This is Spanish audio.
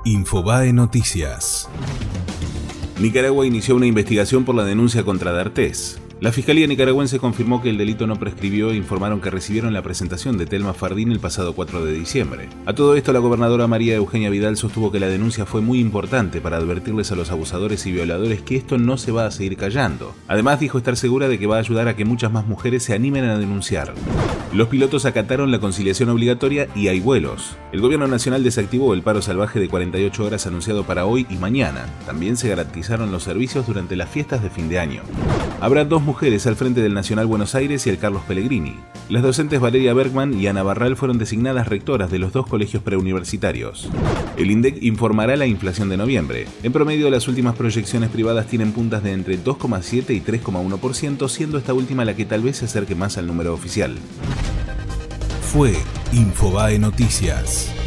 Infobae Noticias. Nicaragua inició una investigación por la denuncia contra D'Artés. La Fiscalía nicaragüense confirmó que el delito no prescribió e informaron que recibieron la presentación de Telma Fardín el pasado 4 de diciembre. A todo esto, la gobernadora María Eugenia Vidal sostuvo que la denuncia fue muy importante para advertirles a los abusadores y violadores que esto no se va a seguir callando. Además, dijo estar segura de que va a ayudar a que muchas más mujeres se animen a denunciar. Los pilotos acataron la conciliación obligatoria y hay vuelos. El gobierno nacional desactivó el paro salvaje de 48 horas anunciado para hoy y mañana. También se garantizaron los servicios durante las fiestas de fin de año. Habrá dos mujeres al frente del Nacional Buenos Aires y el Carlos Pellegrini. Las docentes Valeria Bergman y Ana Barral fueron designadas rectoras de los dos colegios preuniversitarios. El INDEC informará la inflación de noviembre. En promedio, las últimas proyecciones privadas tienen puntas de entre 2,7 y 3,1%, siendo esta última la que tal vez se acerque más al número oficial. Fue Infobae Noticias.